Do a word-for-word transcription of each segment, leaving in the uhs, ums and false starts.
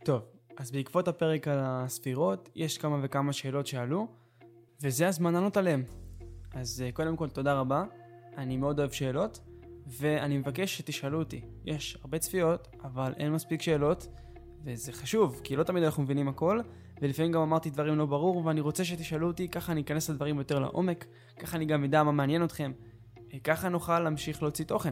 טוב, אז בעקבות הפרק על הספירות, יש כמה וכמה שאלות שעלו, וזה הזמן לענות עליהם. אז קודם כל תודה רבה, אני מאוד אוהב שאלות, ואני מבקש שתשאלו אותי. יש הרבה צפיות, אבל אין מספיק שאלות, וזה חשוב, כי לא תמיד אנחנו מבינים הכל, ולפעמים גם אמרתי דברים לא ברור, ואני רוצה שתשאלו אותי, ככה אני אכנס לדברים יותר לעומק, ככה אני גם אדע מה מעניין אתכם, ככה נוכל להמשיך להוציא תוכן.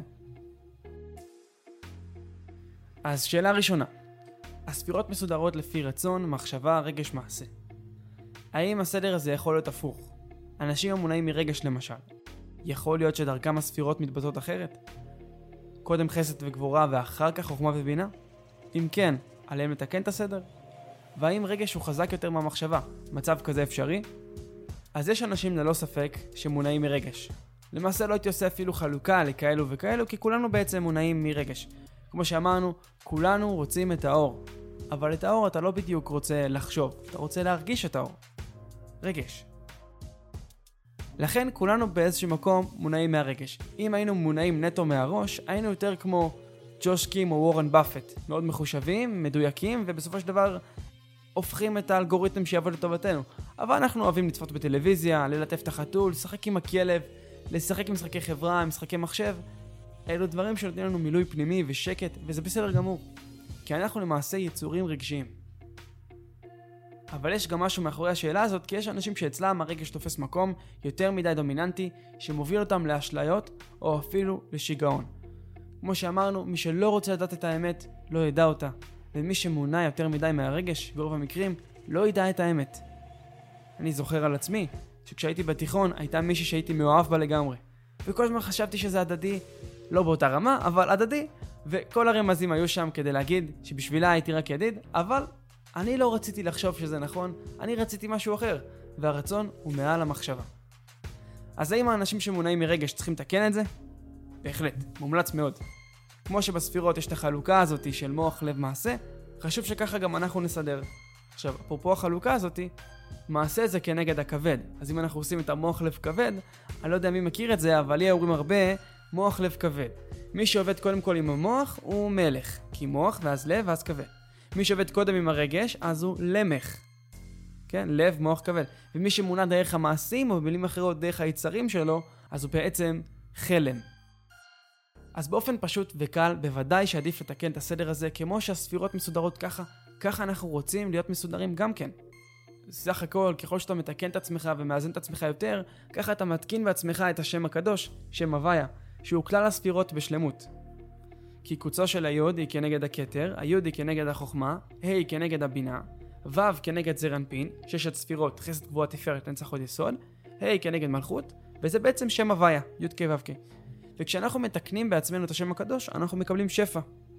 אז שאלה ראשונה, הספירות מסודרות לפי רצון, מחשבה, רגש, מעשה. האם הסדר הזה יכול להיות הפוך? אנשים המונעים מרגש למשל. יכול להיות שדרכם הספירות מתבטאות אחרת? קודם חסד וגבורה ואחר כך חוכמה ובינה? אם כן, עליהם לתקן את הסדר? והאם רגש הוא חזק יותר מהמחשבה? מצב כזה אפשרי? אז יש אנשים ללא ספק שמונעים מרגש. למעשה לא הייתי עושה אפילו חלוקה לכאלו וכאלו, כי כולנו בעצם מונעים מרגש. כמו שאמרנו, כולנו רוצים את האור. אבל את האור אתה לא בדיוק רוצה לחשוב, אתה רוצה להרגיש את האור. רגש. לכן כולנו באיזשהו מקום מונעים מהרגש. אם היינו מונעים נטו מהראש, היינו יותר כמו ג'וש קים או וורן באפט. מאוד מחושבים, מדויקים, ובסופו של דבר הופכים את האלגוריתם שיעבוד לטובתנו. אבל אנחנו אוהבים לצפות בטלוויזיה, ללטף את החתול, לשחק עם הכלב, לשחק עם משחקי חברה, עם משחקי מחשב. אלו דברים שנותנים לנו מילוי פנימי ושקט, וזה בסדר גמור. כי אנחנו למעשה יצורים רגשיים. אבל יש גם משהו מאחורי השאלה הזאת, כי יש אנשים שאצלם הרגש תופס מקום יותר מדי דומיננטי, שמוביל אותם לאשליות או אפילו לשיגעון. כמו שאמרנו, מי שלא רוצה לדעת את האמת, לא ידע אותה. ומי שמונע יותר מדי מהרגש, ברוב המקרים, לא ידע את האמת. אני זוכר על עצמי, שכשהייתי בתיכון, הייתה מישהי שהייתי מאוהב בה לגמרי. וכל הזמן חשבתי שזה הדדי, לא באותה רמה, אבל הדדי. וכל הרמזים היו שם כדי להגיד שבשבילה הייתי רק ידיד, אבל אני לא רציתי לחשוב שזה נכון, אני רציתי משהו אחר, והרצון הוא מעל המחשבה. אז האם האנשים שמונעים מרגש צריכים לתקן את זה? בהחלט, מומלץ מאוד. כמו שבספירות יש את החלוקה הזאת של מוח, לב, מעשה, חשוב שככה גם אנחנו נסדר. עכשיו, אפרופו החלוקה הזאת, מעשה זה כנגד הכבד. אז אם אנחנו עושים את המוח, לב, כבד, אני לא יודע מי מכיר את זה, אבל לי אומרים הרבה מוח, לב, כבד. מי שעובד קודם כל עם המוח הוא מלך, כי מוח ואז לב ואז כבד. מי שעובד קודם עם הרגש, אז הוא למך. כן, לב, מוח, כבד. ומי שמונע דרך המעשים, או במילים אחרות דרך היצרים שלו, אז הוא בעצם חלם. אז באופן פשוט וקל, בוודאי שעדיף לתקן את הסדר הזה, כמו שהספירות מסודרות ככה, ככה אנחנו רוצים להיות מסודרים גם כן. סך הכל, ככל שאתה מתקן את עצמך ומאזן את עצמך יותר, ככה אתה מתקין בעצמך את השם הקדוש, שם הוויה, שהוא כלל הספירות בשלמות. כי קוצו של היוד היא כנגד הכתר, היוד היא כנגד החוכמה, ה' היא כנגד הבינה, ו' כנגד זעיר אנפין, ששת ספירות, חסד גבורה תפארת נצח הוד יסוד, ה' היא כנגד מלכות, וזה בעצם שם הוויה, י' כ' ו' כ'. וכשאנחנו מתקנים בעצמנו את השם הקדוש, אנחנו מקבלים שפע.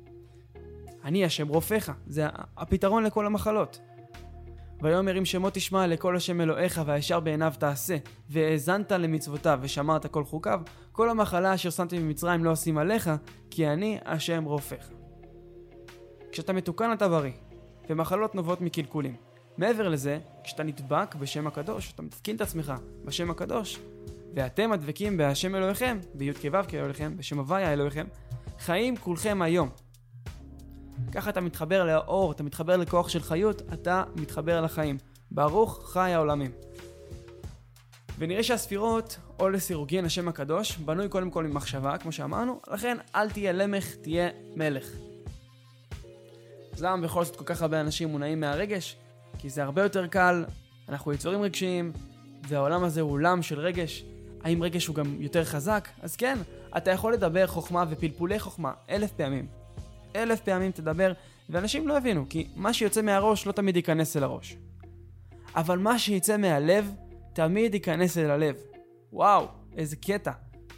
אני השם רופאך, זה הפתרון לכל המחלות. ויאמר אם שמות תשמע לכל השם אלוהיך והישר בעיניו תעשה, והאזנת למצוותיו ושמרת כל חוקיו, כל המחלה אשר שמתי ממצרים לא אשים עליך, כי אני השם רופאך. כשאתה מתוקן אתה בריא, ומחלות נובעות מקלקולים. מעבר לזה, כשאתה נדבק בשם הקדוש, אתה מתקין את עצמך בשם הקדוש, ואתם הדבקים בהשם אלוהיכם, בי' כ' ו' כ' אלוהיכם, בשם הוויה אלוהיכם, חיים כולכם היום. ככה אתה מתחבר לאור, אתה מתחבר לכוח של חיות, אתה מתחבר לחיים. ברוך חי העולמים. ונראה שהספירות, או לסירוגין השם הקדוש, בנוי קודם כל ממחשבה, כמו שאמרנו, לכן אל תהיה למך, תהיה מלך. אז למה בכל זאת כל כך הרבה אנשים מונעים מהרגש? כי זה הרבה יותר קל, אנחנו יצורים רגשיים, והעולם הזה הוא עולם של רגש. האם רגש הוא גם יותר חזק? אז כן, אתה יכול לדבר חוכמה ופלפולי חוכמה אלף פעמים. אלף פעמים תדבר, ואנשים לא הבינו, כי מה שיוצא מהראש לא תמיד ייכנס אל הראש. אבל מה שיצא מהלב, תמיד ייכנס אל הלב. וואו, איזה קטע.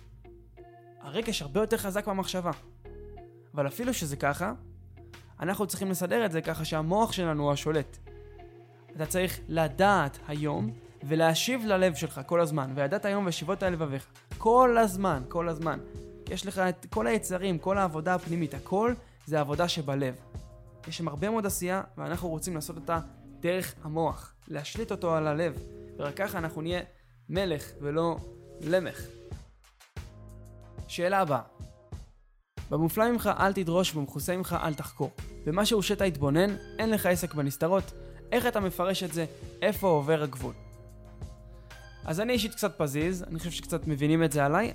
הרגש הרבה יותר חזק מהמחשבה. אבל אפילו שזה ככה, אנחנו צריכים לסדר את זה ככה שהמוח שלנו הוא השולט. אתה צריך לדעת היום, ולהשיב ללב שלך כל הזמן, וידעת היום ושיבות על לבביך. כל הזמן, כל הזמן. יש לך את כל היצרים, כל העבודה הפנימית, הכל זה עבודה שבלב. יש שם הרבה מאוד עשייה, ואנחנו רוצים לעשות אותה דרך המוח, להשליט אותו על הלב, ורק ככה אנחנו נהיה מלך ולא למך. שאלה הבאה. במופלא ממך אל תדרוש, במכוסה ממך אל תחקור. במה שהושט התבונן, אין לך עסק בנסתרות. איך אתה מפרש את זה? איפה עובר הגבול? אז אני אישית קצת פזיז, אני חושב שקצת מבינים את זה עליי.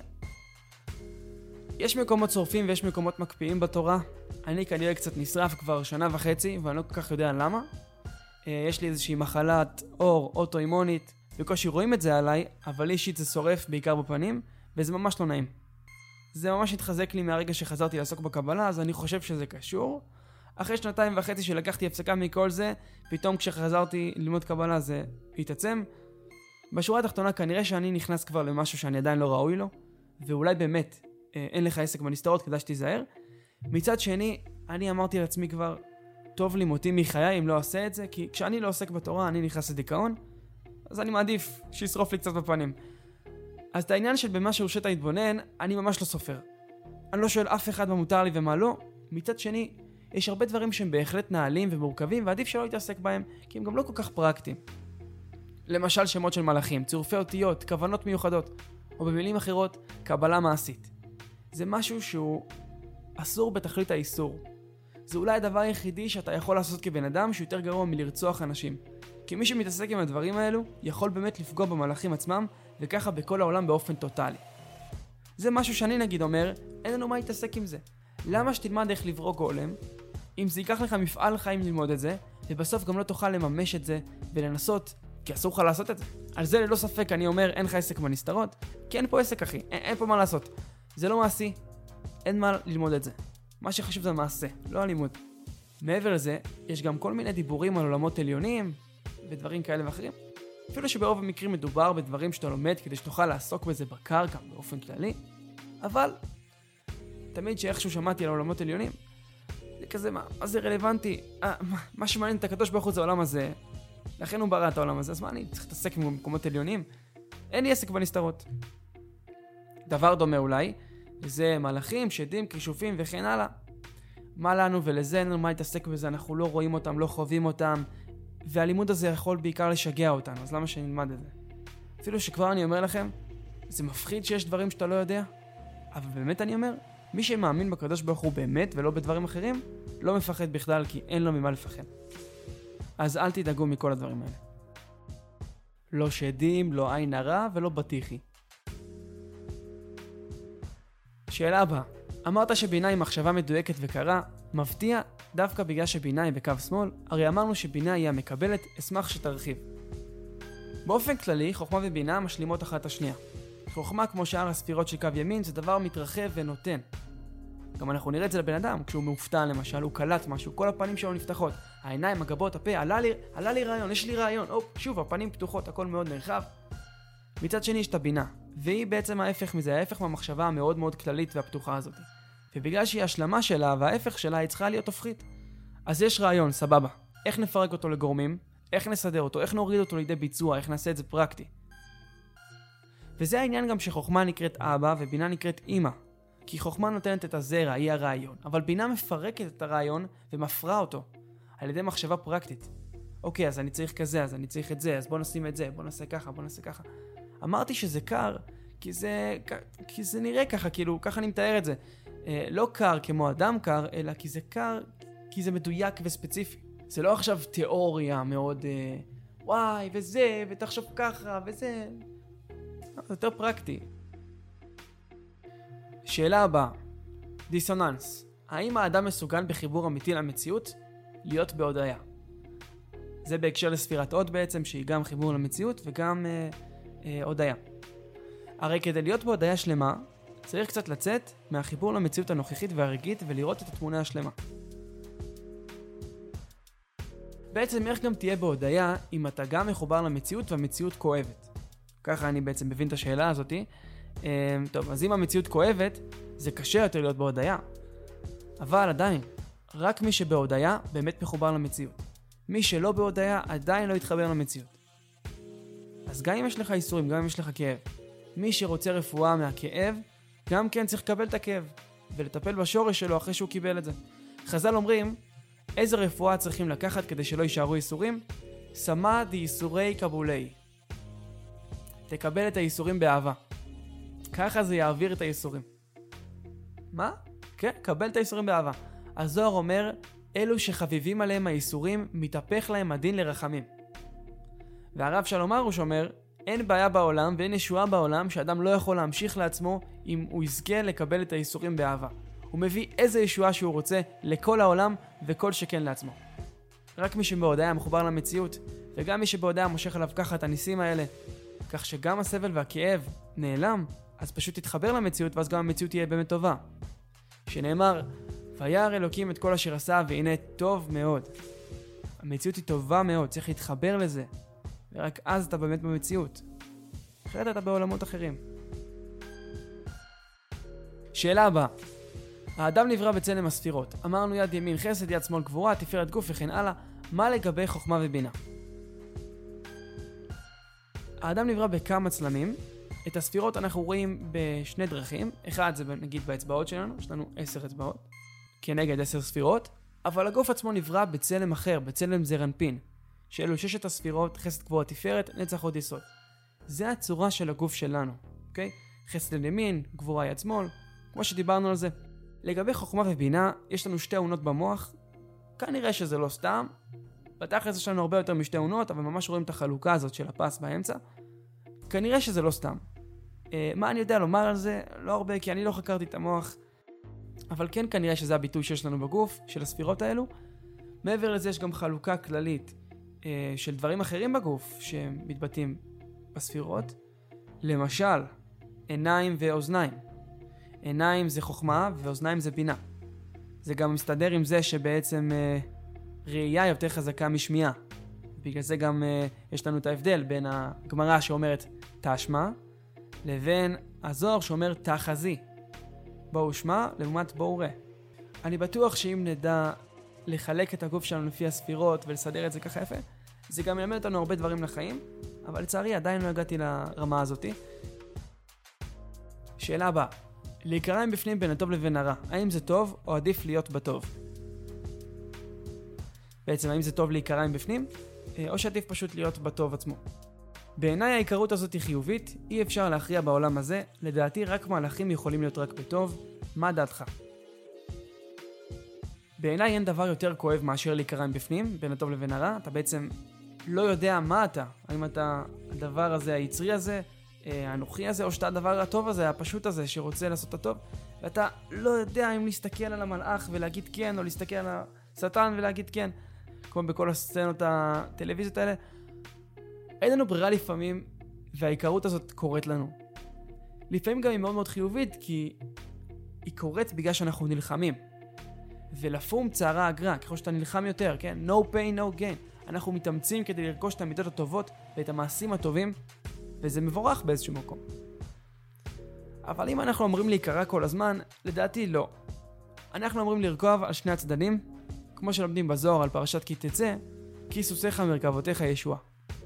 יש מקומות שורפים ויש מקומות מקפיאים בתורה. אני כנראה קצת נשרף כבר שנה וחצי, ואני לא כל כך יודע למה. יש לי איזושהי מחלת אור אוטואימונית, בקושי רואים את זה עליי, אבל אישית זה שורף בעיקר בפנים, וזה ממש לא נעים. זה ממש התחזק לי מהרגע שחזרתי לעסוק בקבלה, אז אני חושב שזה קשור. אחרי שנתיים וחצי שלקחתי הפסקה מכל זה, פתאום כשחזרתי ללמוד קבלה זה התעצם. בשורה התחתונה כנראה שאני נכנס כבר למשהו שאני עדיין לא ראוי לו, ואולי באמת אין לך עסק בנסתרות, כדאי שתיזהר. מצד שני, אני אמרתי לעצמי כבר, טוב לי מותי מחיי אם לא עושה את זה, כי כשאני לא עוסק בתורה אני נכנס לדיכאון, אז אני מעדיף שישרוף לי קצת בפנים. אז את העניין של במה שהושט התבונן, אני ממש לא סופר. אני לא שואל אף אחד מה מותר לי ומה לא. מצד שני, יש הרבה דברים שהם בהחלט נעלים ומורכבים, ועדיף שלא להתעסק בהם, כי הם גם לא כל כך פרקטיים. למשל שמות של מלאכים, צירופי אותיות, כוונות מיוחדות, או במילים אחרות, קבלה מעשית. זה משהו שהוא אסור בתכלית האיסור. זה אולי הדבר היחידי שאתה יכול לעשות כבן אדם שהוא יותר גרוע מלרצוח אנשים. כי מי שמתעסק עם הדברים האלו יכול באמת לפגוע במלאכים עצמם, וככה בכל העולם באופן טוטלי. זה משהו שאני נגיד אומר, אין לנו מה להתעסק עם זה. למה שתלמד איך לברוא גולם, אם זה ייקח לך מפעל חיים ללמוד את זה, ובסוף גם לא תוכל לממש את זה ולנסות, כי אסור לך לעשות את זה. על זה ללא ספק אני אומר, אין לך עסק בנסתרות, כי אין פה עסק אחי, אין, אין פה מה לעשות. זה לא מעשי, אין מה ללמוד את זה. מה שחשוב זה מעשה, לא הלימוד. מעבר לזה, יש גם כל מיני דיבורים על עולמות עליונים, ודברים כאלה ואחרים. אפילו שברוב המקרים מדובר בדברים שאתה לומד כדי שתוכל לעסוק בזה בקרקע באופן כללי, אבל תמיד שאיכשהו שמעתי על עולמות עליונים, זה כזה, מה, מה זה רלוונטי? אה, מה, מה שמעניין את הקדוש ברוך הוא זה העולם הזה, לכן הוא ברא את העולם הזה, אז מה אני צריך להתעסק עם מקומות עליונים? אין לי עסק בנסתרות. דבר דומה אולי, זה מלאכים, שדים, כישופים וכן הלאה. מה לנו ולזה אין לנו מה להתעסק בזה, אנחנו לא רואים אותם, לא חווים אותם, והלימוד הזה יכול בעיקר לשגע אותנו, אז למה שנלמד את זה? אפילו שכבר אני אומר לכם, זה מפחיד שיש דברים שאתה לא יודע, אבל באמת אני אומר, מי שמאמין בקדוש ברוך הוא באמת ולא בדברים אחרים, לא מפחד בכלל כי אין לו ממה לפחד. אז אל תדאגו מכל הדברים האלה. לא שדים, לא עין הרע ולא בטיחי. שאלה הבאה, אמרת שבינה היא מחשבה מדויקת וקרה, מפתיע דווקא בגלל שבינה היא בקו שמאל, הרי אמרנו שבינה היא המקבלת, אשמח שתרחיב. באופן כללי, חוכמה ובינה משלימות אחת את השנייה. חוכמה כמו שאר הספירות של קו ימין זה דבר מתרחב ונותן. גם אנחנו נראה את זה לבן אדם, כשהוא מאופתע למשל, הוא קלט משהו, כל הפנים שלו נפתחות, העיניים, הגבות, הפה, עלה לי, עלה לי רעיון, יש לי רעיון, אופ, שוב, הפנים פתוחות, הכל מאוד נרחב. מצד שני יש את הבינה, והיא בעצם ההפך מזה, ההפך מהמחשבה המאוד מאוד כללית והפתוחה הזאת. ובגלל שהיא השלמה שלה וההפך שלה היא צריכה להיות הופכית. אז יש רעיון, סבבה. איך נפרק אותו לגורמים? איך נסדר אותו? איך נוריד אותו לידי ביצוע? איך נעשה את זה פרקטי? וזה העניין גם שחוכמה נקראת אבא ובינה נקראת אמא. כי חוכמה נותנת את הזרע, היא הרעיון. אבל בינה מפרקת את הרעיון ומפרה אותו. על ידי מחשבה פרקטית. אוקיי, אז אני צריך כזה, אז אני צריך את זה, אז בוא נשים את זה, בוא נעשה ככה, בוא נעשה ככה. אמרתי שזה קר, כי זה, כי זה נראה ככה, כאילו, ככה אני מתאר את זה. אה, לא קר כמו אדם קר, אלא כי זה קר, כי זה מדויק וספציפי. זה לא עכשיו תיאוריה מאוד, אה, וואי, וזה, ותחשוב ככה, וזה. זה יותר פרקטי. שאלה הבאה, דיסוננס. האם האדם מסוגל בחיבור אמיתי למציאות להיות בהודעה? זה בהקשר לספירת עוד בעצם, שהיא גם חיבור למציאות וגם אה, אה, הודעה. הרי כדי להיות בהודעה שלמה, צריך קצת לצאת מהחיבור למציאות הנוכחית והרגעית ולראות את התמונה השלמה. בעצם איך גם תהיה בהודעה אם אתה גם מחובר למציאות והמציאות כואבת? ככה אני בעצם מבין את השאלה הזאת. אה, טוב, אז אם המציאות כואבת, זה קשה יותר להיות בהודעה. אבל עדיין, רק מי שבהודעה באמת מחובר למציאות. מי שלא בהודעה עדיין לא יתחבר למציאות. אז גם אם יש לך איסורים, גם אם יש לך כאב, מי שרוצה רפואה מהכאב, גם כן צריך לקבל את הכאב, ולטפל בשורש שלו אחרי שהוא קיבל את זה. חז"ל אומרים, איזה רפואה צריכים לקחת כדי שלא יישארו איסורים? סמא דייסורי קבולי. תקבל את האיסורים באהבה. ככה זה יעביר את האיסורים. מה? כן, קבל את האיסורים באהבה. הזוהר אומר, אלו שחביבים עליהם האיסורים, מתהפך להם הדין לרחמים. והרב שלום הרוש אומר, אין בעיה בעולם ואין ישועה בעולם שאדם לא יכול להמשיך לעצמו אם הוא יזכה לקבל את האיסורים באהבה. הוא מביא איזה ישועה שהוא רוצה לכל העולם וכל שכן לעצמו. רק מי שבהודעה מחובר למציאות, וגם מי שבהודעה מושך עליו ככה את הניסים האלה, כך שגם הסבל והכאב נעלם, אז פשוט תתחבר למציאות ואז גם המציאות תהיה באמת טובה. שנאמר, וירא אלוקים את כל אשר עשה והנה טוב מאוד. המציאות היא טובה מאוד, צריך להתחבר לזה. ורק אז אתה באמת במציאות. אחרת אתה בעולמות אחרים. שאלה הבאה. האדם נברא בצלם הספירות. אמרנו יד ימין חסד, יד שמאל גבורה, תפארת גוף וכן הלאה. מה לגבי חוכמה ובינה? האדם נברא בכמה צלמים. את הספירות אנחנו רואים בשני דרכים. אחד זה נגיד באצבעות שלנו, יש לנו עשר אצבעות, כנגד עשר ספירות. אבל הגוף עצמו נברא בצלם אחר, בצלם זרנפין. שאלו ששת הספירות, חסד גבורה תפארת, נצח הוד יסוד. זה הצורה של הגוף שלנו, אוקיי? חסד לימין, גבורה יד שמאל, כמו שדיברנו על זה. לגבי חוכמה ובינה, יש לנו שתי עונות במוח. כנראה שזה לא סתם. בתכלס יש לנו הרבה יותר משתי עונות, אבל ממש רואים את החלוקה הזאת של הפס באמצע. כנראה שזה לא סתם. אה, מה אני יודע לומר על זה? לא הרבה, כי אני לא חקרתי את המוח. אבל כן כנראה שזה הביטוי שיש לנו בגוף, של הספירות האלו. מעבר לזה יש גם חלוקה כללית אה, של דברים אחרים בגוף, שמתבטאים בספירות. למשל, עיניים ואוזניים. עיניים זה חוכמה ואוזניים זה בינה. זה גם מסתדר עם זה שבעצם אה, ראייה יותר חזקה משמיעה. בגלל זה גם אה, יש לנו את ההבדל בין הגמרא שאומרת תשמע לבין הזוהר שאומר תחזי. בואו שמע לעומת בואו ראה. אני בטוח שאם נדע לחלק את הגוף שלנו לפי הספירות ולסדר את זה ככה יפה, זה גם ילמד אותנו הרבה דברים לחיים, אבל לצערי עדיין לא הגעתי לרמה הזאת. שאלה הבאה. להיקרא מבפנים בין הטוב לבין הרע, האם זה טוב או עדיף להיות בטוב? בעצם האם זה טוב להיקרא מבפנים או שעדיף פשוט להיות בטוב עצמו? בעיניי ההיקרות הזאת היא חיובית, אי אפשר להכריע בעולם הזה, לדעתי רק מהלכים יכולים להיות רק בטוב. מה דעתך? בעיניי אין דבר יותר כואב מאשר להיקרא מבפנים בין הטוב לבין הרע. אתה בעצם לא יודע מה אתה, האם אתה הדבר הזה היצרי הזה, האנוכי הזה, או שאתה הדבר הטוב הזה, הפשוט הזה שרוצה לעשות את הטוב, ואתה לא יודע אם להסתכל על המלאך ולהגיד כן, או להסתכל על השטן ולהגיד כן, כמו בכל הסצנות הטלוויזיות האלה. אין לנו ברירה לפעמים, וההיקרות הזאת קורית לנו. לפעמים גם היא מאוד מאוד חיובית, כי היא קורית בגלל שאנחנו נלחמים. ולפום צערה אגרה, ככל שאתה נלחם יותר, כן? No pain, no gain. אנחנו מתאמצים כדי לרכוש את המידות הטובות ואת המעשים הטובים, וזה מבורך באיזשהו מקום. אבל אם אנחנו אומרים להיקרא כל הזמן, לדעתי לא. אנחנו אומרים לרכוב על שני הצדדים, כמו שלומדים בזוהר על פרשת כי תצא, כי סוסיך מרכבותיך ישועה.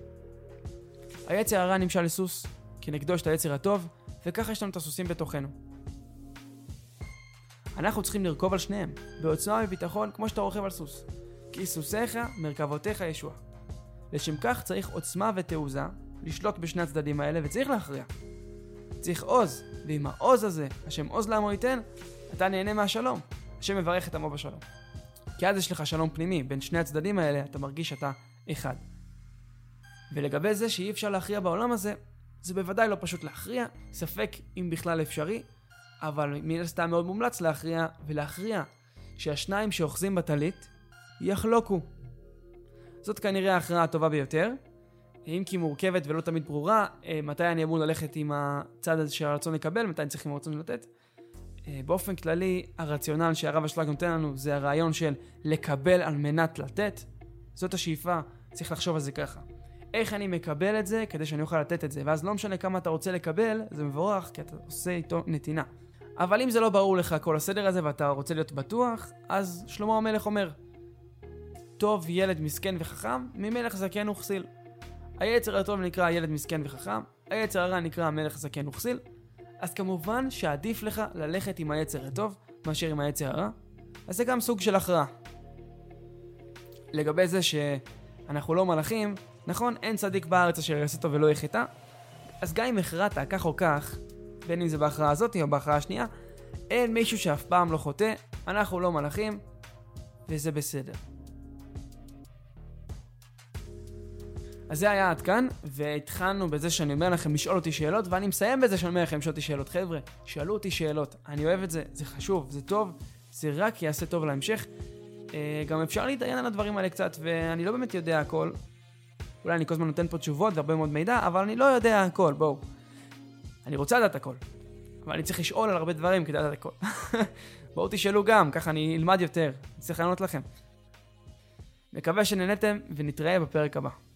היצר הרע נמשל לסוס, כנגדו יש את היצר הטוב, וככה יש לנו את הסוסים בתוכנו. אנחנו צריכים לרכוב על שניהם, בעוצמה וביטחון כמו שאתה רוכב על סוס. כי סוסיך מרכבותיך ישועה. לשם כך צריך עוצמה ותעוזה, לשלוט בשני הצדדים האלה, וצריך להכריע. צריך עוז, ועם העוז הזה, השם עוז לעמו ייתן, אתה נהנה מהשלום. השם מברך את עמו בשלום. כי אז יש לך שלום פנימי, בין שני הצדדים האלה אתה מרגיש שאתה אחד. ולגבי זה שאי אפשר להכריע בעולם הזה, זה בוודאי לא פשוט להכריע, ספק אם בכלל אפשרי, אבל מן הסתם מאוד מומלץ להכריע, ולהכריע שהשניים שאוחזים בטלית יחלוקו. זאת כנראה ההכרעה הטובה ביותר, אם כי מורכבת ולא תמיד ברורה, מתי אני אמור ללכת עם הצד הזה שהרצון לקבל, מתי אני צריך עם הרצון לתת. באופן כללי, הרציונל שהרב אשלג נותן לנו זה הרעיון של לקבל על מנת לתת. זאת השאיפה, צריך לחשוב על זה ככה. איך אני מקבל את זה כדי שאני אוכל לתת את זה, ואז לא משנה כמה אתה רוצה לקבל, זה מבורך כי אתה עושה איתו נתינה. אבל אם זה לא ברור לך כל הסדר הזה ואתה רוצה להיות בטוח, אז שלמה המלך אומר, טוב ילד מסכן וחכם, ממלך זקן וכסיל. היצר הטוב נקרא ילד מסכן וחכם, היצר הרע נקרא מלך זקן וכסיל. אז כמובן שעדיף לך ללכת עם היצר הטוב מאשר עם היצר הרע. אז זה גם סוג של הכרעה. לגבי זה שאנחנו לא מלאכים, נכון, אין צדיק בארץ אשר יעשה טוב ולא יחטא. אז גם אם הכרעת כך או כך, בין אם זה בהכרעה הזאת או בהכרעה השנייה, אין מישהו שאף פעם לא חוטא, אנחנו לא מלאכים, וזה בסדר. אז זה היה עד כאן, והתחלנו בזה שאני אומר לכם לשאול אותי שאלות, ואני מסיים בזה שאני אומר לכם לשאול אותי שאלות. חבר'ה, שאלו אותי שאלות, אני אוהב את זה, זה חשוב, זה טוב, זה רק יעשה טוב להמשך. גם אפשר להתדיין על הדברים האלה קצת, ואני לא באמת יודע הכל. אולי אני כל הזמן נותן פה תשובות והרבה מאוד מידע, אבל אני לא יודע הכל, בואו. אני רוצה לדעת הכל, אבל אני צריך לשאול על הרבה דברים כדי לדעת הכל. בואו תשאלו גם, ככה אני אלמד יותר, אני צריך לענות לכם. מקווה שנהנתם, ונתראה בפרק הבא.